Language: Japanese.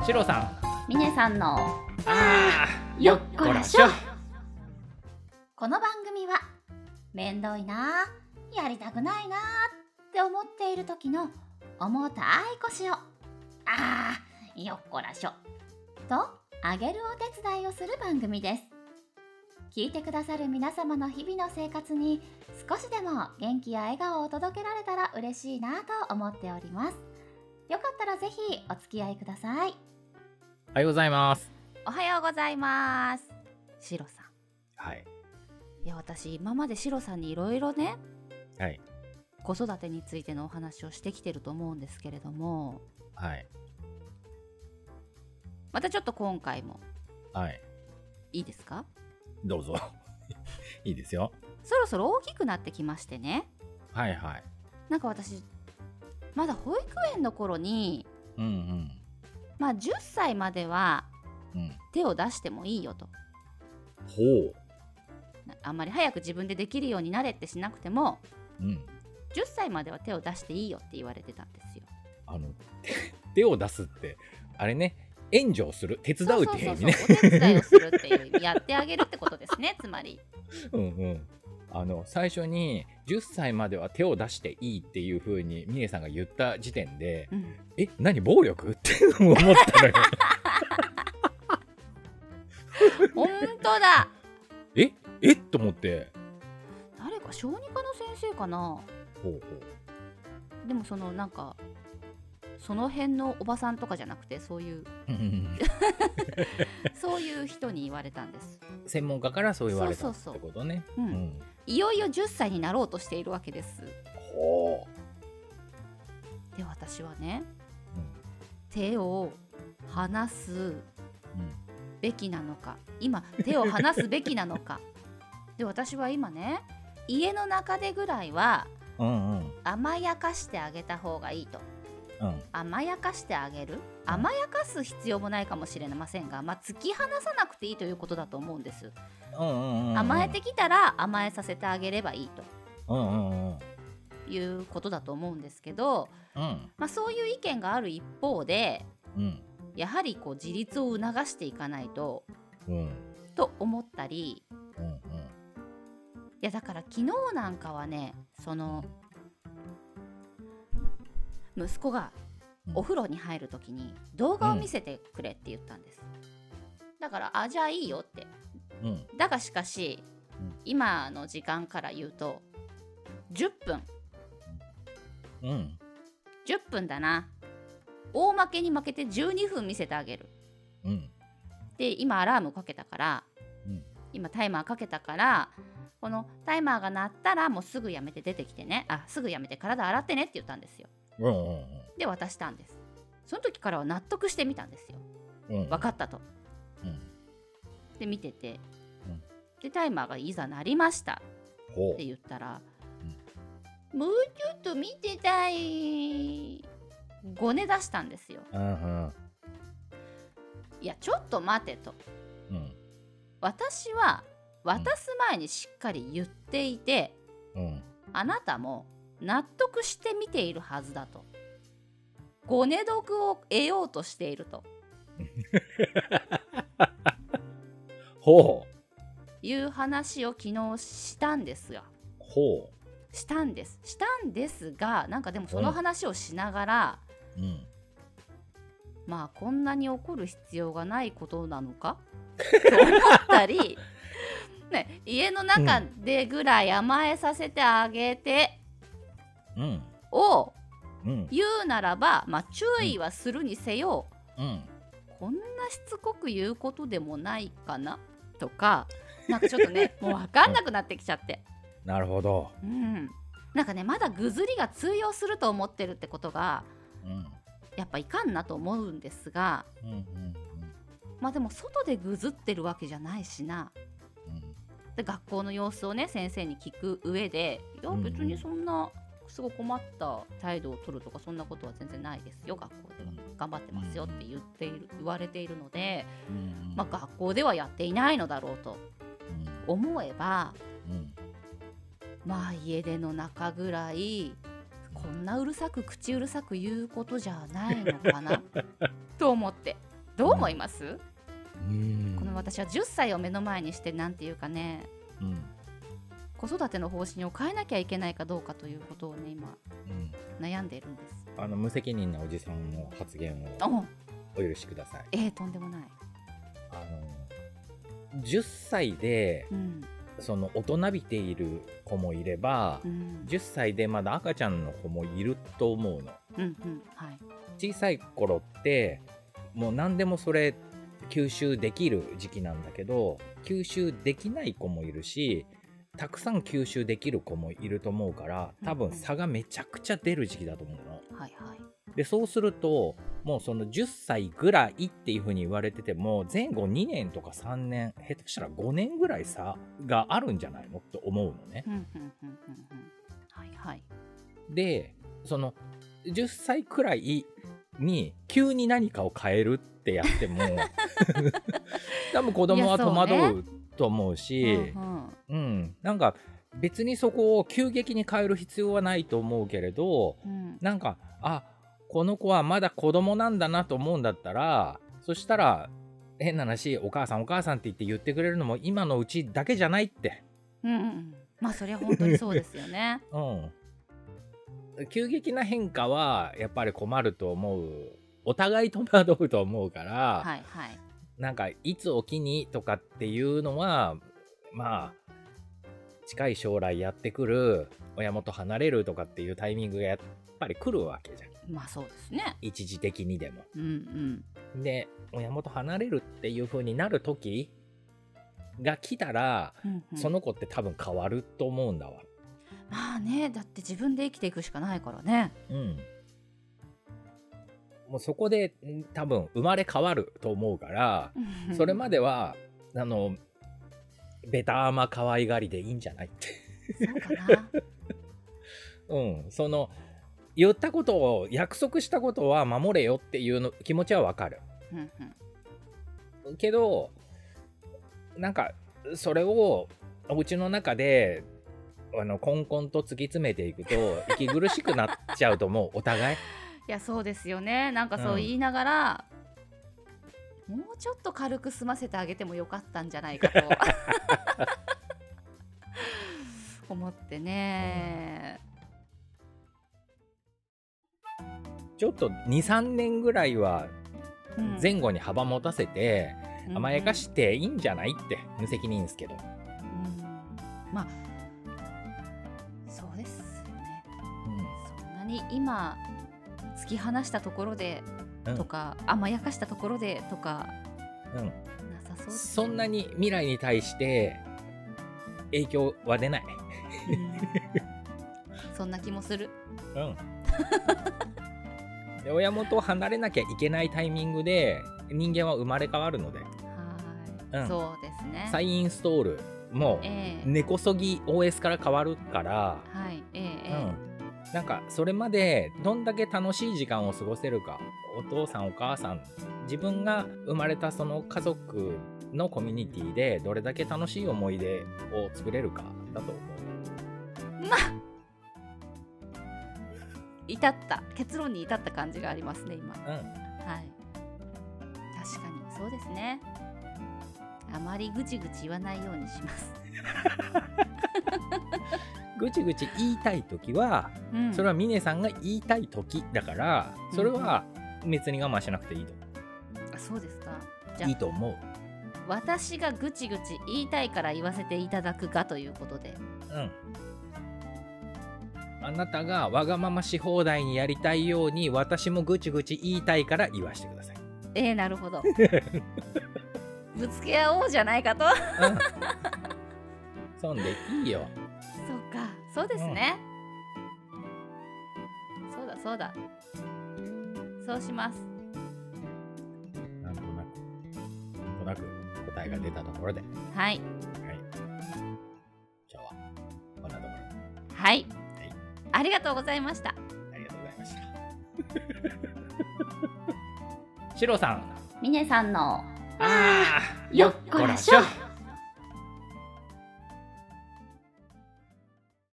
シロさん、 ミネさんのよっこらしょ。 この番組はめんどいな、やりたくないなって思っている時の重たい腰をよっこらしょと上げるお手伝いをする番組です。聞いてくださる皆様の日々の生活に少しでも元気や笑顔を届けられたら嬉しいなと思っております。よかったらぜひお付き合いください。 おはようございます。 おはようございます。シロさん。 はい。 いや、私今までシロさんにいろいろね、 はい。 子育てについてのお話をしてきてると思うんですけれども、 はい。 またちょっと今回もはい。 いいですか？ どうぞ。いいですよ。 そろそろ大きくなってきましてね。 はいはい。 なんか私まだ保育園の頃に、 10 歳までは手を出してもいいよと。 ほう。 あんまり早く自分でできるようになれってしなくても、10 10 歳までは手を出していいよって言われてたんですよ。 手を出すってあれね、援助をする、手伝うっていう意味ね。 お手伝いをするっていう意味、やってあげるってことですね。つまり最初に10歳までは手を出していいっていう風にミネさんが言った時点で、何暴力って思ったのよ。 本当だ。 と思って。 誰か小児科の先生かな。 ほうほでもなんかその辺のおばさんとかじゃなくて、そういうそういう人に言われたんです。 専門家からそう言われたってことね。 いよいよ10歳になろうとしているわけです。 ほで、私はね、手を離すべきなのか、今手を離すべきなのかで、私は今ね、家の中でぐらいは甘やかしてあげた方がいいと。甘やかしてあげる、甘やかす必要もないかもしれませんが、突き放さなくていいということだと思うんです。甘えてきたら甘えさせてあげればいいということだと思うんですけど、そういう意見がある一方で、やはり自立を促していかないと、と思ったり、いやだから昨日なんかはね、息子がお風呂に入るときに動画を見せてくれって言ったんです。だからじゃあいいよって。だがしかし、今の時間から言うと10分、10分だな。大負けに負けて12分見せてあげる。で、今アラームかけたから、今タイマーかけたから、このタイマーが鳴ったらもうすぐやめて出てきてね、すぐやめて体洗ってねって言ったんですよ。で、渡したんです。その時からは納得してみたんですよ。分かったと。で、見てて、でタイマーがいざ鳴りましたって言ったら、もうちょっと見てたい、ごね出したんですよ。いやちょっと待てと。私は渡す前にしっかり言っていて、あなたも納得して見ているはずだと。ごね得を得ようとしているという話を昨日したんですよ。したんですが、なんかでもその話をしながら、こんなに怒る必要がないことなのかと思ったりね、家の中でぐらい甘えさせてあげて、を言うならば、注意はするにせよ、こんなしつこく言うことでもないかなとか、なんかちょっとねもう分かんなくなってきちゃって。 なるほど。 なんかね、まだぐずりが通用すると思ってるってことが、やっぱいかんなと思うんですが、でも外でぐずってるわけじゃないしな。で、学校の様子をね先生に聞く上で、いや別にそんなすごい困った態度を取るとかそんなことは全然ないですよ、学校では頑張ってますよって言われているので、学校ではやっていないのだろうと思えば、家出の中ぐらいこんな口うるさく言うことじゃないのかなと思って。 どう思います？この私は10歳を目の前にしてなんていうかね、子育ての方針を変えなきゃいけないかどうかということをね今、悩んでいるんです。 無責任なおじさんの発言をお許しください。 とんでもない。 10歳で、その大人びている子もいれば、10歳でまだ赤ちゃんの子もいると思うの。小さい頃ってもう何でもそれ吸収できる時期なんだけど、吸収できない子もいるし、たくさん吸収できる子もいると思うから、多分差がめちゃくちゃ出る時期だと思うの。でそうするともうその10歳ぐらいっていう風に言われてても、前後2年とか3年下手したら5年ぐらい差があるんじゃないのって思うのね。でその10歳くらいに急に何かを変えるってやっても多分子供は戸惑うと思うし、なんか別にそこを急激に変える必要はないと思うけれど、なんかこの子はまだ子供なんだなと思うんだったら、そしたら変な話、お母さんお母さんって言ってくれるのも今のうちだけじゃないって。 まあそれは本当にそうですよね。 急激な変化はやっぱり困ると思う。お互い戸惑うと思うから、なんかいつおきにとかっていうのはまあ近い将来やってくる、親元離れるとかっていうタイミングがやっぱり来るわけじゃん。 まあそうですね。 一時的にでも。で親元離れるっていう風になる時が来たら、その子って多分変わると思うんだわ。 まあね、だって自分で生きていくしかないからね。 もうそこで多分生まれ変わると思うからそれまではベタ甘可愛がりでいいんじゃないってそうかな。 その言ったことを、約束したことは守れよっていうの気持ちはわかる。けどなんかそれをお家の中でコンコンと突き詰めていくと息苦しくなっちゃうと思うお互い。 いやそうですよね。なんかそう言いながら、もうちょっと軽く済ませてあげてもよかったんじゃないかと思ってね。 ちょっと 2,3 年ぐらいは前後に幅持たせて甘やかしていいんじゃないって、無責任ですけど。 まあそうですよね。そんなに今突き放したところでとか、甘やかしたところでとか、なさそうです、 そんなに未来に対して影響は出ない。 そんな気もする。 で親元を離れなきゃいけないタイミングで人間は生まれ変わるので、 そうですね。 再インストールも根こそぎ OS から変わるから、なんかそれまでどんだけ楽しい時間を過ごせるか、お父さんお母さん、自分が生まれたその家族のコミュニティでどれだけ楽しい思い出を作れるかだと思う。 結論に至った感じがありますね今。確かにそうですね。あまりぐちぐち言わないようにします。 ぐちぐち言いたい時は、それは峰さんが言いたい時だから、それは別に我慢しなくていいと思う。 そうですか。じゃあいいと思う。 私がぐちぐち言いたいから言わせていただくがということで。 あなたがわがままし放題にやりたいように、私もぐちぐち言いたいから言わしてください。 なるほど。ぶつけ合おうじゃないかと。 そんでいいよ。 そうか、そうですね。そうだ。そうします。 なんとなく答えが出たところで。 はい。 今日はこんなところ。 はい。ありがとうございました。 ありがとうございました。シロさん。 ミネさんのよっこらしょ。